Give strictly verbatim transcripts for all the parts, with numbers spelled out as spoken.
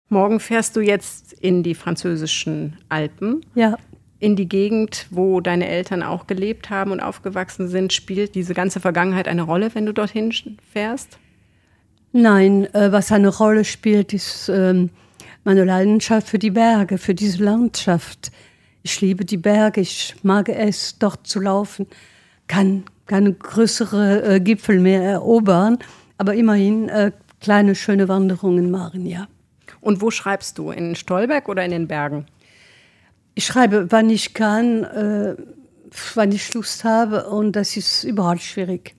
Morgen fährst du jetzt in die französischen Alpen. Ja. In die Gegend, wo deine Eltern auch gelebt haben und aufgewachsen sind. Spielt diese ganze Vergangenheit eine Rolle, wenn du dorthin fährst? Nein, äh, was eine Rolle spielt, ist ähm, meine Leidenschaft für die Berge, für diese Landschaft. Ich liebe die Berge, ich mag es, dort zu laufen. Kann keine größere äh, Gipfel mehr erobern, aber immerhin äh, kleine, schöne Wanderungen machen, ja. Und wo schreibst du? In Stolberg oder in den Bergen? Ich schreibe, wann ich kann, äh, wann ich Lust habe, und das ist überall schwierig.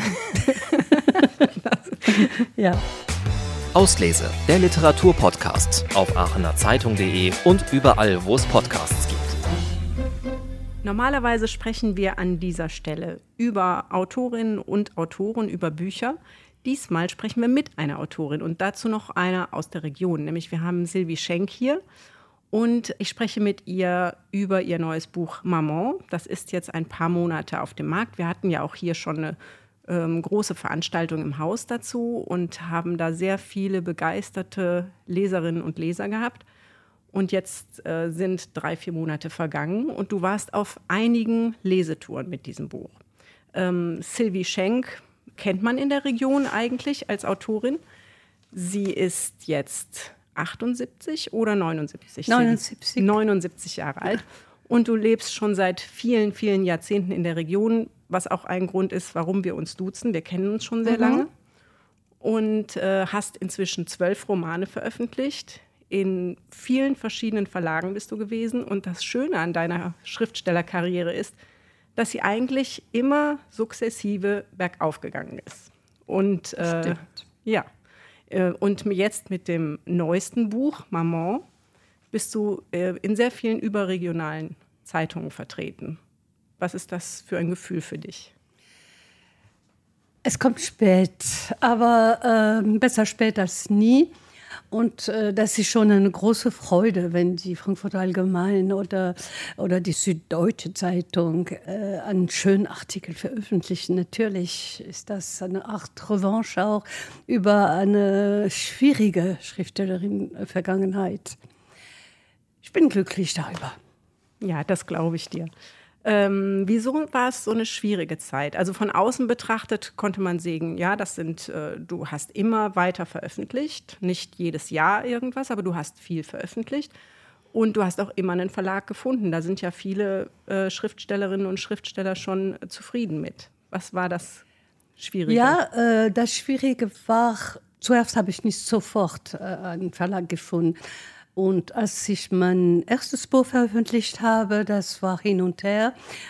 Ja. Auslese, der Literaturpodcast auf aachener zeitung punkt de und überall, wo es Podcasts gibt. Normalerweise sprechen wir an dieser Stelle über Autorinnen und Autoren, über Bücher. Diesmal sprechen wir mit einer Autorin und dazu noch einer aus der Region. Nämlich wir haben Sylvie Schenk hier und ich spreche mit ihr über ihr neues Buch Maman. Das ist jetzt ein paar Monate auf dem Markt. Wir hatten ja auch hier schon eine ähm, große Veranstaltung im Haus dazu und haben da sehr viele begeisterte Leserinnen und Leser gehabt. Und jetzt äh, sind drei, vier Monate vergangen und du warst auf einigen Lesetouren mit diesem Buch. Ähm, Sylvie Schenk kennt man in der Region eigentlich als Autorin. Sie ist jetzt achtundsiebzig oder neunundsiebzig? neunundsiebzig. neunundsiebzig Jahre alt. Und du lebst schon seit vielen, vielen Jahrzehnten in der Region, was auch ein Grund ist, warum wir uns duzen. Wir kennen uns schon sehr mhm. lange. Und äh, hast inzwischen zwölf Romane veröffentlicht. In vielen verschiedenen Verlagen bist du gewesen. Und das Schöne an deiner Schriftstellerkarriere ist, dass sie eigentlich immer sukzessive bergauf gegangen ist. Und äh, Stimmt. Ja, äh, und jetzt mit dem neuesten Buch, Maman, bist du äh, in sehr vielen überregionalen Zeitungen vertreten. Was ist das für ein Gefühl für dich? Es kommt spät, aber äh, besser spät als nie. Und äh, das ist schon eine große Freude, wenn die Frankfurter Allgemeine oder, oder die Süddeutsche Zeitung äh, einen schönen Artikel veröffentlichen. Natürlich ist das eine Art Revanche auch über eine schwierige Schriftstellerin-Vergangenheit. Ich bin glücklich darüber. Ja, das glaube ich dir. Ähm, wieso war es so eine schwierige Zeit? Also von außen betrachtet konnte man sehen, ja, das sind, äh, du hast immer weiter veröffentlicht, nicht jedes Jahr irgendwas, aber du hast viel veröffentlicht und du hast auch immer einen Verlag gefunden. Da sind ja viele äh, Schriftstellerinnen und Schriftsteller schon äh, zufrieden mit. Was war das Schwierige? Ja, äh, das Schwierige war, zuerst habe ich nicht sofort äh, einen Verlag gefunden. Und als ich mein erstes Buch veröffentlicht habe, das war Hin und Her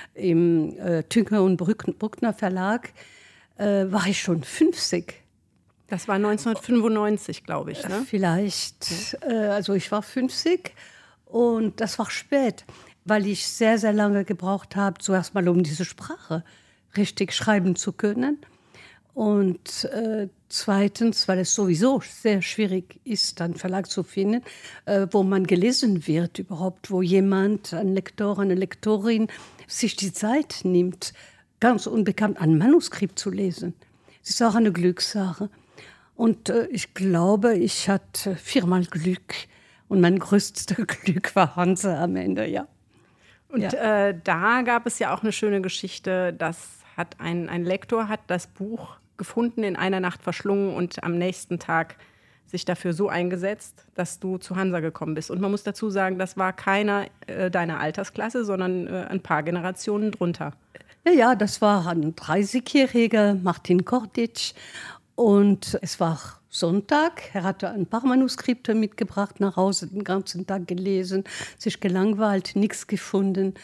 im äh, Tünker und Bruckner Verlag, äh, war ich schon fünfzig. Das war neunzehnhundertfünfundneunzig, glaube ich, ne? Vielleicht. Ja. Äh, also ich war fünfzig und das war spät, weil ich sehr, sehr lange gebraucht habe, zuerst mal um diese Sprache richtig schreiben zu können. Und äh, zweitens, weil es sowieso sehr schwierig ist, einen Verlag zu finden, äh, wo man gelesen wird überhaupt, wo jemand, ein Lektor, eine Lektorin sich die Zeit nimmt, ganz unbekannt ein Manuskript zu lesen. Es ist auch eine Glückssache. Und äh, ich glaube, ich hatte viermal Glück. Und mein größtes Glück war Hanse am Ende, ja. Und ja. Äh, da gab es ja auch eine schöne Geschichte, dass hat ein, ein Lektor hat das Buch gefunden, in einer Nacht verschlungen und am nächsten Tag sich dafür so eingesetzt, dass du zu Hansa gekommen bist. Und man muss dazu sagen, das war keiner äh, deiner Altersklasse, sondern äh, ein paar Generationen drunter. Ja, ja, das war ein dreißigjähriger Martin Korditsch und es war Sonntag. Er hatte ein paar Manuskripte mitgebracht nach Hause, den ganzen Tag gelesen, sich gelangweilt, nichts gefunden.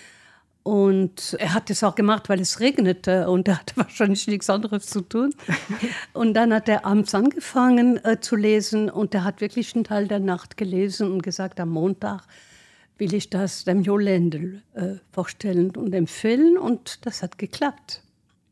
Und er hat es auch gemacht, weil es regnete und er hatte wahrscheinlich nichts anderes zu tun. Und dann hat er abends angefangen äh, zu lesen und er hat wirklich einen Teil der Nacht gelesen und gesagt, am Montag will ich das dem Jo Lendl äh, vorstellen und empfehlen und das hat geklappt.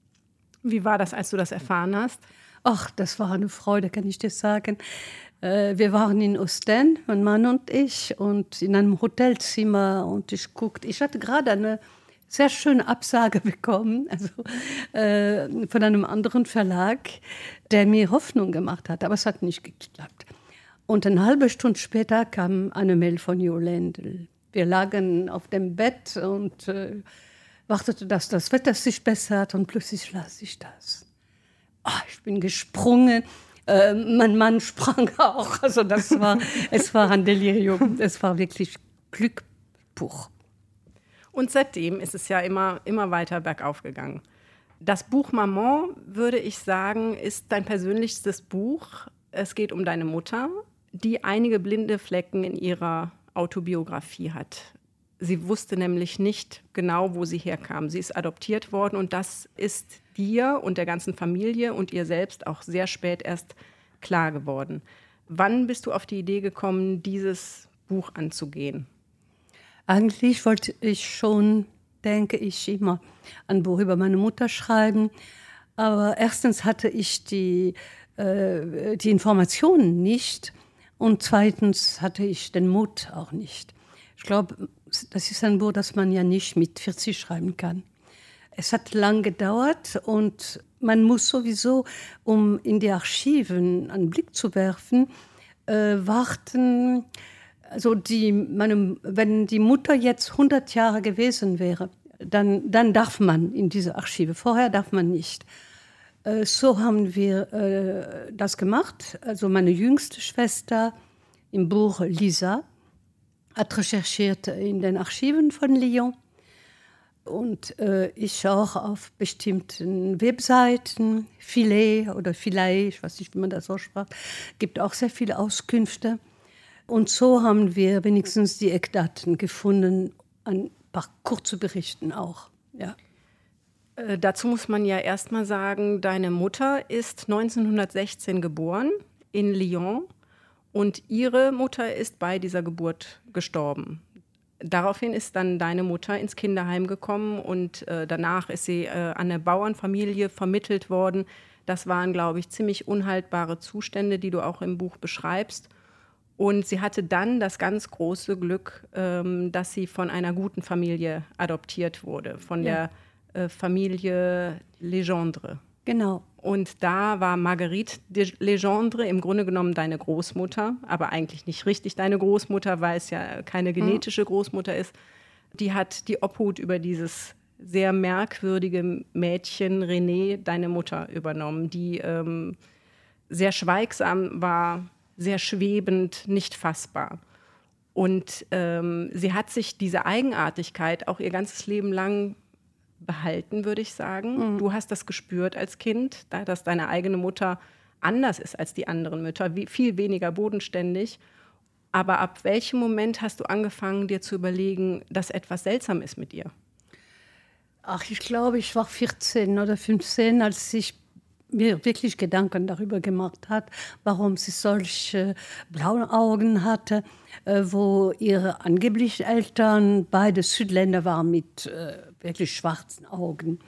Wie war das, als du das erfahren hast? Ach, das war eine Freude, kann ich dir sagen. Äh, wir waren in Ostend, mein Mann und ich, und in einem Hotelzimmer und ich guckte, ich hatte gerade eine sehr schöne Absage bekommen, also äh, von einem anderen Verlag, der mir Hoffnung gemacht hat, aber es hat nicht geklappt. Und eine halbe Stunde später kam eine Mail von Jo Lendl. Wir lagen auf dem Bett und äh, warteten, dass das Wetter sich bessert und plötzlich las ich das. Oh, ich bin gesprungen. Äh, mein Mann sprang auch. Also das war, es war ein Delirium. Es war wirklich Glück pur. Und seitdem ist es ja immer, immer weiter bergauf gegangen. Das Buch Maman, würde ich sagen, ist dein persönlichstes Buch. Es geht um deine Mutter, die einige blinde Flecken in ihrer Autobiografie hat. Sie wusste nämlich nicht genau, wo sie herkam. Sie ist adoptiert worden und das ist dir und der ganzen Familie und ihr selbst auch sehr spät erst klar geworden. Wann bist du auf die Idee gekommen, dieses Buch anzugehen? Eigentlich wollte ich schon, denke ich, immer ein Buch über meine Mutter schreiben. Aber erstens hatte ich die, äh, die Informationen nicht und zweitens hatte ich den Mut auch nicht. Ich glaube, das ist ein Buch, das man ja nicht mit vierzig schreiben kann. Es hat lang gedauert und man muss sowieso, um in die Archiven einen Blick zu werfen, äh, warten. Also die, meine, wenn die Mutter jetzt hundert Jahre gewesen wäre, dann, dann darf man in diese Archive. Vorher darf man nicht. Äh, so haben wir äh, das gemacht. Also meine jüngste Schwester im Buch Lisa hat recherchiert in den Archiven von Lyon. Und äh, ich auch auf bestimmten Webseiten, Filet oder Filet, ich weiß nicht, wie man das ausspricht, gibt auch sehr viele Auskünfte. Und so haben wir wenigstens die Eckdaten gefunden, ein paar kurze Berichten auch. Ja. Äh, dazu muss man ja erst mal sagen, deine Mutter ist neunzehnhundertsechzehn geboren in Lyon und ihre Mutter ist bei dieser Geburt gestorben. Daraufhin ist dann deine Mutter ins Kinderheim gekommen und äh, danach ist sie äh, an eine Bauernfamilie vermittelt worden. Das waren, glaube ich, ziemlich unhaltbare Zustände, die du auch im Buch beschreibst. Und sie hatte dann das ganz große Glück, ähm, dass sie von einer guten Familie adoptiert wurde, von ja. der äh, Familie Legendre. Genau. Und da war Marguerite de Legendre im Grunde genommen deine Großmutter, aber eigentlich nicht richtig deine Großmutter, weil es ja keine genetische Großmutter ist. Die hat die Obhut über dieses sehr merkwürdige Mädchen René, deine Mutter, übernommen, die ähm, sehr schweigsam war, sehr schwebend, nicht fassbar. Und ähm, sie hat sich diese Eigenartigkeit auch ihr ganzes Leben lang behalten, würde ich sagen. Mhm. Du hast das gespürt als Kind, da, dass deine eigene Mutter anders ist als die anderen Mütter, wie, viel weniger bodenständig. Aber ab welchem Moment hast du angefangen, dir zu überlegen, dass etwas seltsam ist mit ihr? Ach, ich glaube, ich war vierzehn oder fünfzehn, als ich mir wirklich Gedanken darüber gemacht hat, warum sie solche blauen Augen hatte, äh, wo ihre angeblichen Eltern beide Südländer waren mit äh, wirklich schwarzen Augen.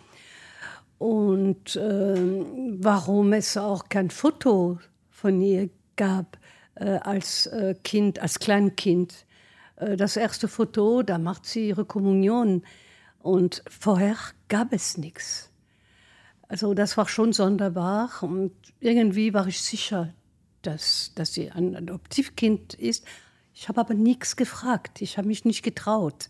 Und äh, warum es auch kein Foto von ihr gab äh, als äh, Kind, als Kleinkind. Äh, das erste Foto, da macht sie ihre Kommunion und vorher gab es nichts. Also das war schon sonderbar und irgendwie war ich sicher, dass, dass sie ein Adoptivkind ist. Ich habe aber nichts gefragt, ich habe mich nicht getraut.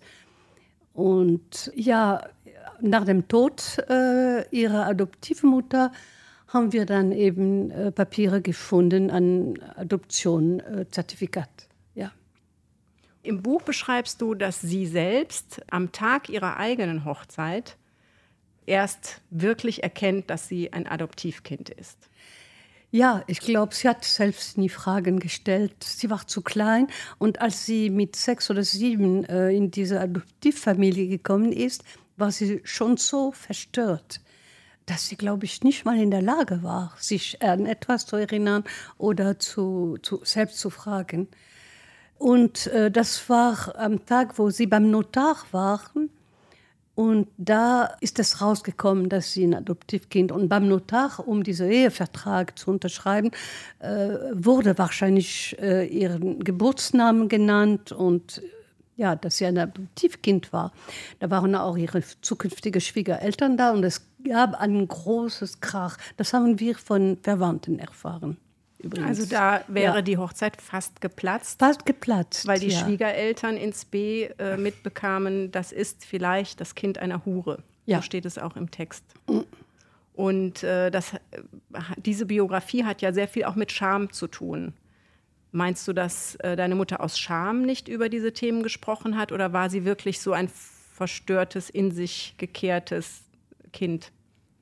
Und ja, nach dem Tod äh, ihrer Adoptivmutter haben wir dann eben äh, Papiere gefunden, ein Adoptionszertifikat. Ja. Im Buch beschreibst du, dass sie selbst am Tag ihrer eigenen Hochzeit erst wirklich erkennt, dass sie ein Adoptivkind ist. Ja, ich glaube, sie hat selbst nie Fragen gestellt. Sie war zu klein. Und als sie mit sechs oder sieben äh, in diese Adoptivfamilie gekommen ist, war sie schon so verstört, dass sie, glaube ich, nicht mal in der Lage war, sich an etwas zu erinnern oder zu, zu, selbst zu fragen. Und äh, das war am Tag, wo sie beim Notar waren. Und da ist es rausgekommen, dass sie ein Adoptivkind, und beim Notar, um diesen Ehevertrag zu unterschreiben, äh, wurde wahrscheinlich äh, ihren Geburtsnamen genannt und ja, dass sie ein Adoptivkind war. Da waren auch ihre zukünftigen Schwiegereltern da und es gab ein großes Krach. Das haben wir von Verwandten erfahren. übrigens. Also da wäre ja. die Hochzeit fast geplatzt. Fast geplatzt, weil die ja. Schwiegereltern ins B äh, mitbekamen, das ist vielleicht das Kind einer Hure. Ja. So steht es auch im Text. Mhm. Und äh, das, diese Biografie hat ja sehr viel auch mit Scham zu tun. Meinst du, dass äh, deine Mutter aus Scham nicht über diese Themen gesprochen hat oder war sie wirklich so ein verstörtes, in sich gekehrtes Kind?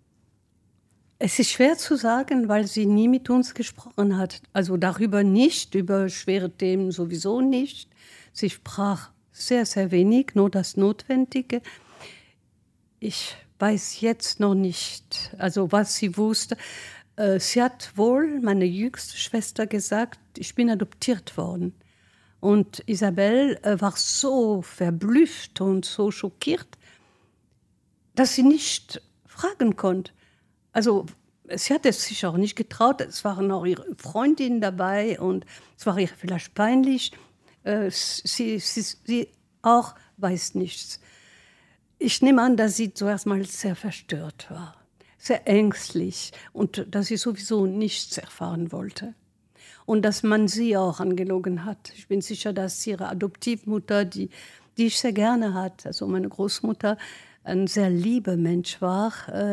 Es ist schwer zu sagen, weil sie nie mit uns gesprochen hat. Also darüber nicht, über schwere Themen sowieso nicht. Sie sprach sehr, sehr wenig, nur das Notwendige. Ich weiß jetzt noch nicht, also was sie wusste. Äh, sie hat wohl, meine jüngste Schwester, gesagt, ich bin adoptiert worden. Und Isabel äh, war so verblüfft und so schockiert, dass sie nicht fragen konnte. Also sie hat es sich auch nicht getraut, es waren auch ihre Freundinnen dabei und es war ihr vielleicht peinlich. Äh, sie, sie, sie auch weiß nichts. Ich nehme an, dass sie zuerst mal sehr verstört war, sehr ängstlich und dass sie sowieso nichts erfahren wollte. Und dass man sie auch angelogen hat. Ich bin sicher, dass ihre Adoptivmutter, die, die ich sehr gerne hatte, also meine Großmutter, ein sehr lieber Mensch war.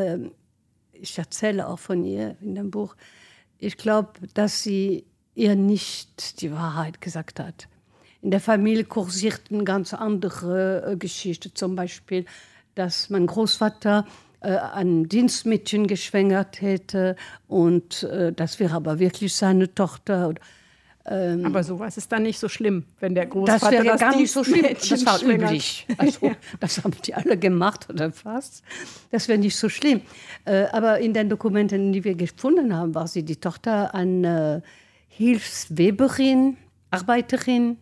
Ich erzähle auch von ihr in dem Buch. Ich glaube, dass sie ihr nicht die Wahrheit gesagt hat. In der Familie kursierten ganz andere äh, Geschichten. Zum Beispiel, dass mein Großvater äh, ein Dienstmädchen geschwängert hätte und äh, das wäre aber wirklich seine Tochter. Und, ähm, aber sowas ist dann nicht so schlimm, wenn der Großvater das wäre das gar nicht so schlimm. Das war schwängert. üblich. Also, ja. Das haben die alle gemacht oder fast. Das wäre nicht so schlimm. Äh, aber in den Dokumenten, die wir gefunden haben, war sie die Tochter einer Hilfsweberin, Arbeiterin.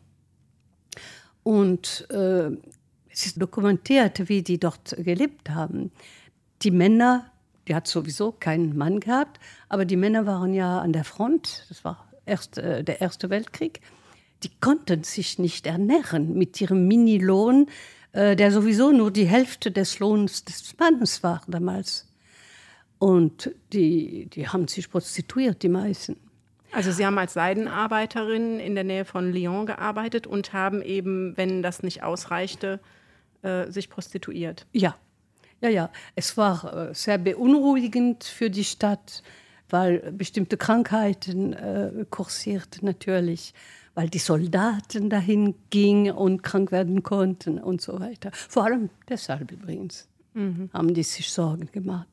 Und äh, es ist dokumentiert, wie die dort gelebt haben. Die Männer, die hat sowieso keinen Mann gehabt, aber die Männer waren ja an der Front, das war erst, äh, der Erste Weltkrieg, die konnten sich nicht ernähren mit ihrem Minilohn, äh, der sowieso nur die Hälfte des Lohns des Mannes war damals. Und die, die haben sich prostituiert, die meisten. Also Sie haben als Seidenarbeiterin in der Nähe von Lyon gearbeitet und haben eben, wenn das nicht ausreichte, äh, sich prostituiert. Ja, ja, ja. Es war äh, sehr beunruhigend für die Stadt, weil bestimmte Krankheiten äh, kursierten natürlich, weil die Soldaten dahin gingen und krank werden konnten und so weiter. Vor allem deshalb übrigens mhm. haben die sich Sorgen gemacht.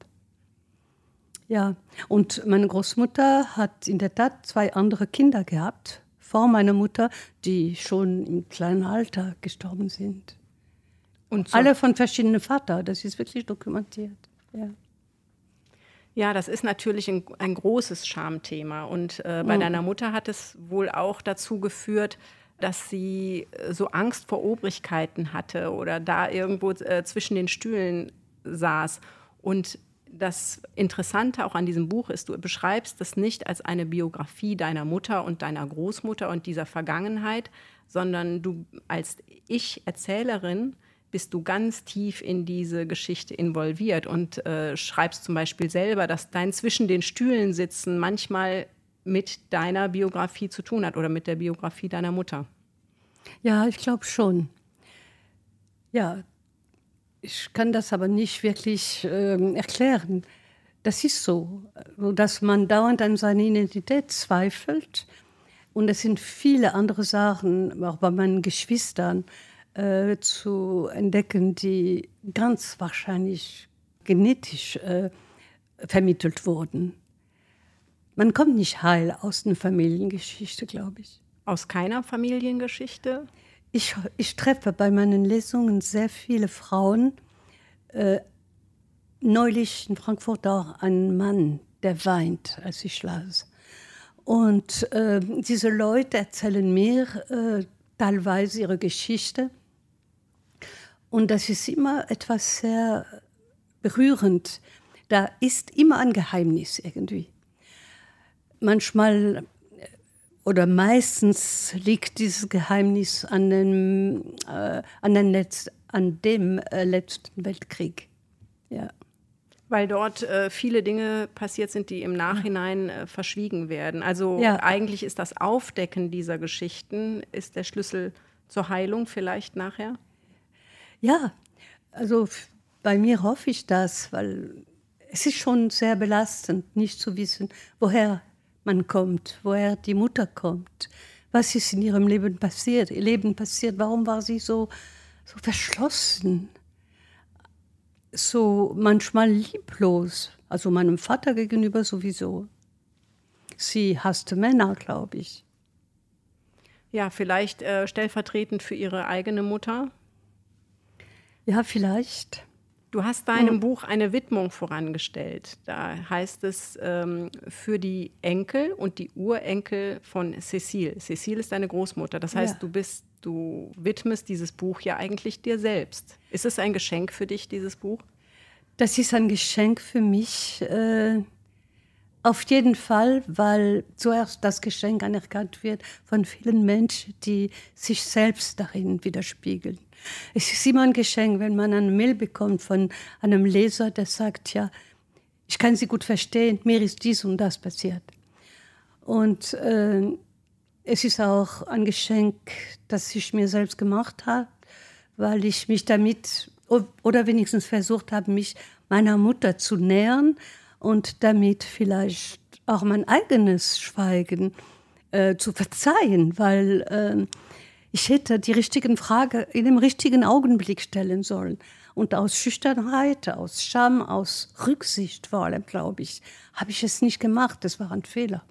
Ja, und meine Großmutter hat in der Tat zwei andere Kinder gehabt, vor meiner Mutter, die schon im kleinen Alter gestorben sind. Und so. Alle von verschiedenen Vätern, das ist wirklich dokumentiert. Ja, ja das ist natürlich ein, ein großes Schamthema. Und äh, bei mhm. deiner Mutter hat es wohl auch dazu geführt, dass sie so Angst vor Obrigkeiten hatte oder da irgendwo äh, zwischen den Stühlen saß. Und das Interessante auch an diesem Buch ist, du beschreibst das nicht als eine Biografie deiner Mutter und deiner Großmutter und dieser Vergangenheit, sondern du als Ich-Erzählerin bist du ganz tief in diese Geschichte involviert und äh, schreibst zum Beispiel selber, dass dein zwischen den Stühlen sitzen manchmal mit deiner Biografie zu tun hat oder mit der Biografie deiner Mutter. Ja, ich glaube schon. Ja, ich kann das aber nicht wirklich äh, erklären. Das ist so, dass man dauernd an seine Identität zweifelt. Und es sind viele andere Sachen, auch bei meinen Geschwistern, äh, zu entdecken, die ganz wahrscheinlich genetisch äh, vermittelt wurden. Man kommt nicht heil aus einer Familiengeschichte, glaube ich. Aus keiner Familiengeschichte? Ich, ich treffe bei meinen Lesungen sehr viele Frauen. Äh, neulich in Frankfurt auch einen Mann, der weint, als ich las. Und äh, diese Leute erzählen mir äh, teilweise ihre Geschichte. Und das ist immer etwas sehr berührend. Da ist immer ein Geheimnis irgendwie. Manchmal oder meistens liegt dieses Geheimnis an dem, äh, an den Letz-, an dem äh, letzten Weltkrieg. Ja. Weil dort äh, viele Dinge passiert sind, die im Nachhinein äh, verschwiegen werden. Also Ja. eigentlich ist das Aufdecken dieser Geschichten ist der Schlüssel zur Heilung vielleicht nachher? Ja, also f- bei mir hoffe ich das, weil es ist schon sehr belastend, nicht zu wissen, woher man kommt, woher die Mutter kommt, was ist in ihrem Leben passiert, ihr Leben passiert, warum war sie so, so verschlossen, so manchmal lieblos, also meinem Vater gegenüber sowieso. Sie hasste Männer, glaube ich. Ja, vielleicht äh, stellvertretend für ihre eigene Mutter. Ja, vielleicht. Du hast deinem Buch eine Widmung vorangestellt. Da heißt es ähm, für die Enkel und die Urenkel von Cécile. Cécile ist deine Großmutter. Das heißt, Ja. du bist, du widmest dieses Buch ja eigentlich dir selbst. Ist es ein Geschenk für dich, dieses Buch? Das ist ein Geschenk für mich, äh, auf jeden Fall, weil zuerst das Geschenk anerkannt wird von vielen Menschen, die sich selbst darin widerspiegeln. Es ist immer ein Geschenk, wenn man eine Mail bekommt von einem Leser, der sagt, ja, ich kann Sie gut verstehen, mir ist dies und das passiert. Und äh, es ist auch ein Geschenk, das ich mir selbst gemacht habe, weil ich mich damit, oder wenigstens versucht habe, mich meiner Mutter zu nähern und damit vielleicht auch mein eigenes Schweigen äh, zu verzeihen, weil äh, ich hätte die richtigen Fragen in dem richtigen Augenblick stellen sollen. Und aus Schüchternheit, aus Scham, aus Rücksicht vor allem, glaube ich, habe ich es nicht gemacht. Das war ein Fehler.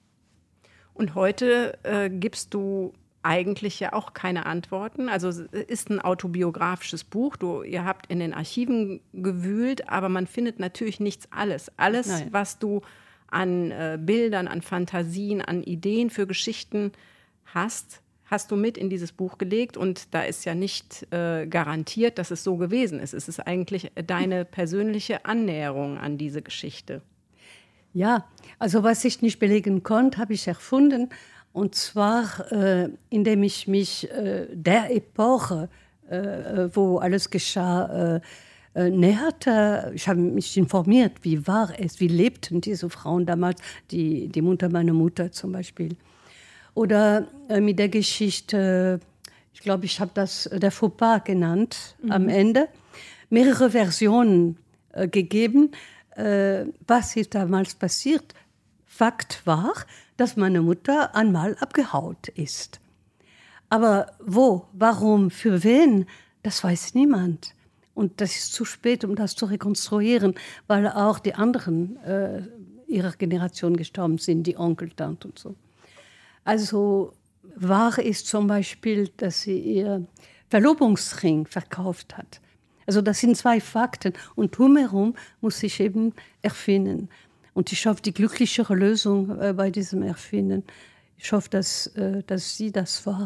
Und heute äh, gibst du eigentlich ja auch keine Antworten. Also es ist ein autobiografisches Buch. Du, ihr habt in den Archiven gewühlt, aber man findet natürlich nichts alles. Alles, Nein. was du an äh, Bildern, an Fantasien, an Ideen für Geschichten hast, hast du mit in dieses Buch gelegt. Und da ist ja nicht äh, garantiert, dass es so gewesen ist. Es ist eigentlich deine persönliche Annäherung an diese Geschichte. Ja, also was ich nicht belegen konnte, habe ich erfunden. Und zwar, äh, indem ich mich äh, der Epoche, äh, wo alles geschah, äh, äh, näherte. Ich habe mich informiert, wie war es, wie lebten diese Frauen damals, die, die Mutter meiner Mutter zum Beispiel. Oder äh, mit der Geschichte, ich glaube, ich habe das äh, der Fauxpas genannt, mhm. am Ende, mehrere Versionen äh, gegeben, äh, was ist damals passiert. Fakt war, dass meine Mutter einmal abgehaut ist. Aber wo, warum, für wen, das weiß niemand. Und das ist zu spät, um das zu rekonstruieren, weil auch die anderen äh, ihrer Generation gestorben sind, die Onkel, Tante und so. Also wahr ist zum Beispiel, dass sie ihr Verlobungsring verkauft hat. Also das sind zwei Fakten. Und drumherum muss ich eben erfinden. Und ich hoffe, die glücklichere Lösung äh, bei diesem Erfinden, ich hoffe, dass, äh, dass sie das war.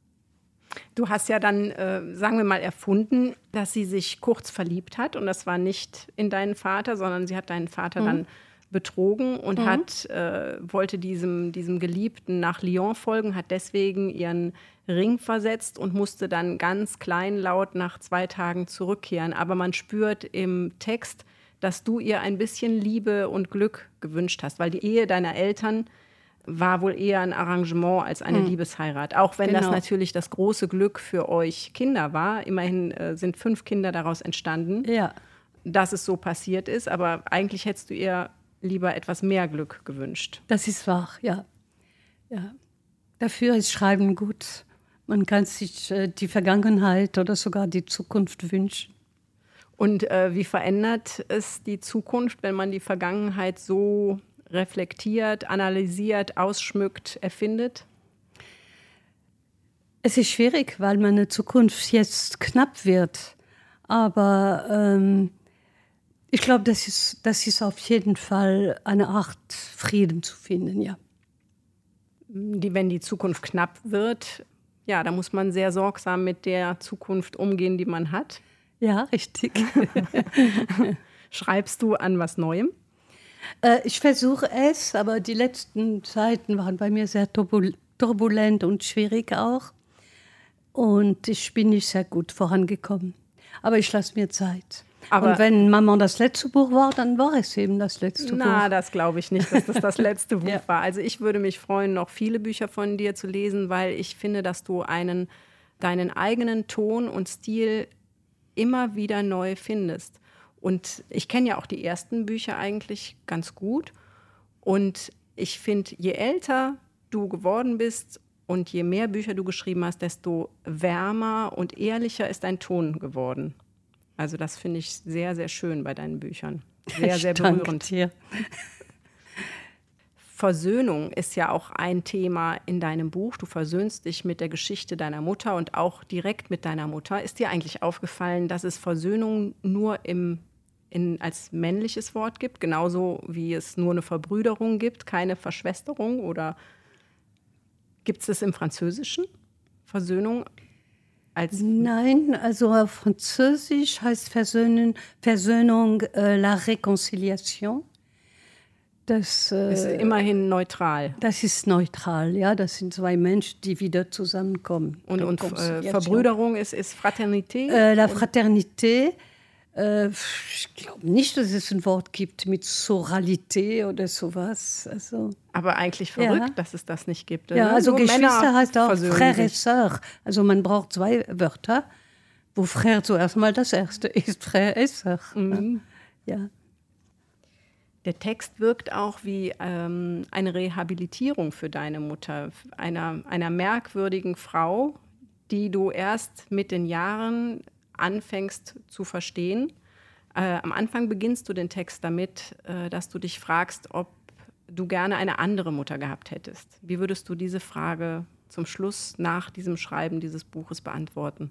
Du hast ja dann, äh, sagen wir mal, erfunden, dass sie sich kurz verliebt hat. Und das war nicht in deinen Vater, sondern sie hat deinen Vater mhm. dann betrogen und mhm. hat, äh, wollte diesem, diesem Geliebten nach Lyon folgen, hat deswegen ihren Ring versetzt und musste dann ganz kleinlaut nach zwei Tagen zurückkehren. Aber man spürt im Text, dass du ihr ein bisschen Liebe und Glück gewünscht hast, weil die Ehe deiner Eltern war wohl eher ein Arrangement als eine hm. Liebesheirat. Auch wenn genau. das natürlich das große Glück für euch Kinder war. Immerhin äh, sind fünf Kinder daraus entstanden, ja. dass es so passiert ist. Aber eigentlich hättest du ihr lieber etwas mehr Glück gewünscht. Das ist wahr, ja. ja. Dafür ist Schreiben gut. Man kann sich äh, die Vergangenheit oder sogar die Zukunft wünschen. Und äh, wie verändert es die Zukunft, wenn man die Vergangenheit so reflektiert, analysiert, ausschmückt, erfindet? Es ist schwierig, weil meine Zukunft jetzt knapp wird. Aber ähm, ich glaube, das ist, das ist auf jeden Fall eine Art, Frieden zu finden, ja. Die, wenn die Zukunft knapp wird, ja, da muss man sehr sorgsam mit der Zukunft umgehen, die man hat. Ja, richtig. Schreibst du an was Neuem? Äh, ich versuche es, aber die letzten Zeiten waren bei mir sehr turbulent und schwierig auch. Und ich bin nicht sehr gut vorangekommen. Aber ich lasse mir Zeit. Aber und wenn Mama das letzte Buch war, dann war es eben das letzte na, Buch. Na, das glaube ich nicht, dass das das letzte Buch ja. war. Also ich würde mich freuen, noch viele Bücher von dir zu lesen, weil ich finde, dass du einen, deinen eigenen Ton und Stil immer wieder neu findest. Und ich kenne ja auch die ersten Bücher eigentlich ganz gut. Und ich finde, je älter du geworden bist und je mehr Bücher du geschrieben hast, desto wärmer und ehrlicher ist dein Ton geworden. Also das finde ich sehr, sehr schön bei deinen Büchern. Sehr, sehr berührend. Dir. Versöhnung ist ja auch ein Thema in deinem Buch. Du versöhnst dich mit der Geschichte deiner Mutter und auch direkt mit deiner Mutter. Ist dir eigentlich aufgefallen, dass es Versöhnung nur im, in, als männliches Wort gibt, genauso wie es nur eine Verbrüderung gibt, keine Verschwesterung? Oder gibt es das im Französischen? Versöhnung? Als Nein, also auf Französisch heißt Versöhnen, Versöhnung äh, la Réconciliation. Das äh, ist immerhin neutral. Das ist neutral, ja. Das sind zwei Menschen, die wieder zusammenkommen. Und, und äh, Verbrüderung ist, ist Fraternité? Äh, la Fraternité. Äh, ich glaube nicht, dass es ein Wort gibt mit Soralité oder sowas. Also, aber eigentlich verrückt, ja. dass es das nicht gibt. Ja, ne? also Nur Geschwister Männer heißt auch Frère et sich. Sœur. Also man braucht zwei Wörter, wo Frère zuerst mal das erste ist, Frère et Sœur. Mhm. Ja. Der Text wirkt auch wie ähm, eine Rehabilitierung für deine Mutter, einer, einer merkwürdigen Frau, die du erst mit den Jahren anfängst zu verstehen. Äh, am Anfang beginnst du den Text damit, äh, dass du dich fragst, ob du gerne eine andere Mutter gehabt hättest. Wie würdest du diese Frage zum Schluss nach diesem Schreiben dieses Buches beantworten?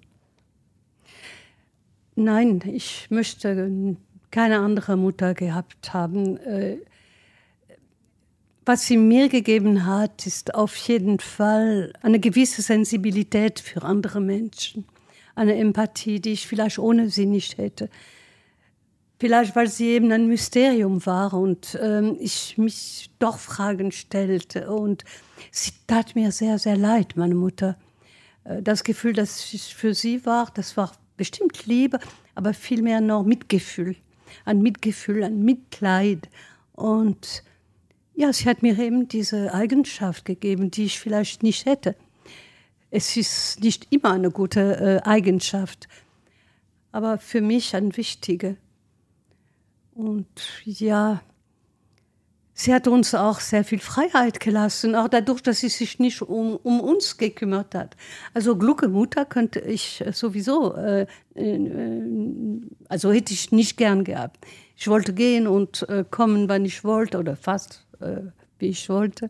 Nein, ich möchte keine andere Mutter gehabt haben. Äh, was sie mir gegeben hat, ist auf jeden Fall eine gewisse Sensibilität für andere Menschen. Eine Empathie, die ich vielleicht ohne sie nicht hätte. Vielleicht, weil sie eben ein Mysterium war und ähm, ich mich doch Fragen stellte. Und sie tat mir sehr, sehr leid, meine Mutter. Äh, das Gefühl, das ich für sie war, das war bestimmt Liebe, aber vielmehr noch Mitgefühl. Ein Mitgefühl, ein Mitleid. Und ja, sie hat mir eben diese Eigenschaft gegeben, die ich vielleicht nicht hätte. Es ist nicht immer eine gute äh, Eigenschaft, aber für mich eine wichtige. Und ja, sie hat uns auch sehr viel Freiheit gelassen, auch dadurch, dass sie sich nicht um, um uns gekümmert hat. Also glucke Mutter könnte ich sowieso, äh, äh, also hätte ich nicht gern gehabt. Ich wollte gehen und äh, kommen, wann ich wollte oder fast äh, wie ich wollte.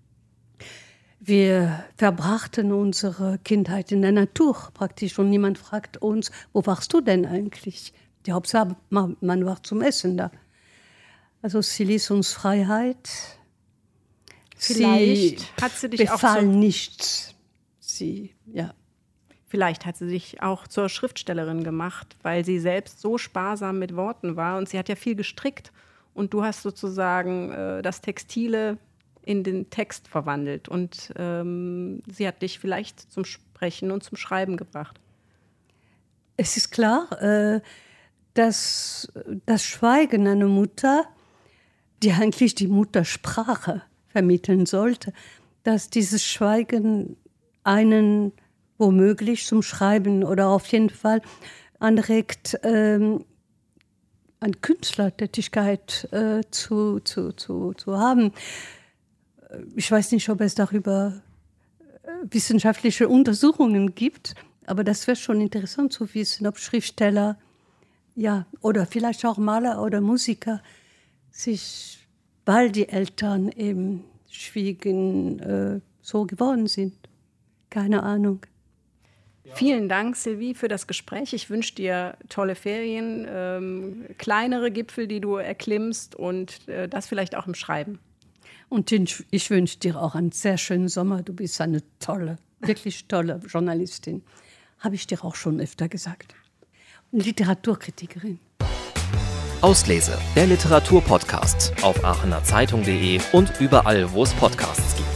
Wir verbrachten unsere Kindheit in der Natur praktisch und niemand fragt uns, wo warst du denn eigentlich? Die Hauptsache, man war zum Essen da. Also sie ließ uns Freiheit. Vielleicht sie hat sie dich auch befahl so nichts. Sie, ja. Vielleicht hat sie sich auch zur Schriftstellerin gemacht, weil sie selbst so sparsam mit Worten war und sie hat ja viel gestrickt und du hast sozusagen äh, das Textile in den Text verwandelt und ähm, sie hat dich vielleicht zum Sprechen und zum Schreiben gebracht. Es ist klar, äh, dass das Schweigen einer Mutter, die eigentlich die Muttersprache vermitteln sollte, dass dieses Schweigen einen womöglich zum Schreiben oder auf jeden Fall anregt, ähm, eine Künstlertätigkeit äh, zu, zu, zu, zu haben. Ich weiß nicht, ob es darüber wissenschaftliche Untersuchungen gibt, aber das wäre schon interessant zu wissen, ob Schriftsteller, ja, oder vielleicht auch Maler oder Musiker sich, weil die Eltern eben schwiegen, äh, so geworden sind. Keine Ahnung. Ja. Vielen Dank, Sylvie, für das Gespräch. Ich wünsche dir tolle Ferien, ähm, kleinere Gipfel, die du erklimmst und äh, das vielleicht auch im Schreiben. Und ich wünsche dir auch einen sehr schönen Sommer. Du bist eine tolle, wirklich tolle Journalistin. Habe ich dir auch schon öfter gesagt. Und Literaturkritikerin. Auslese, der Literaturpodcast auf aachener zeitung punkt de und überall, wo es Podcasts gibt.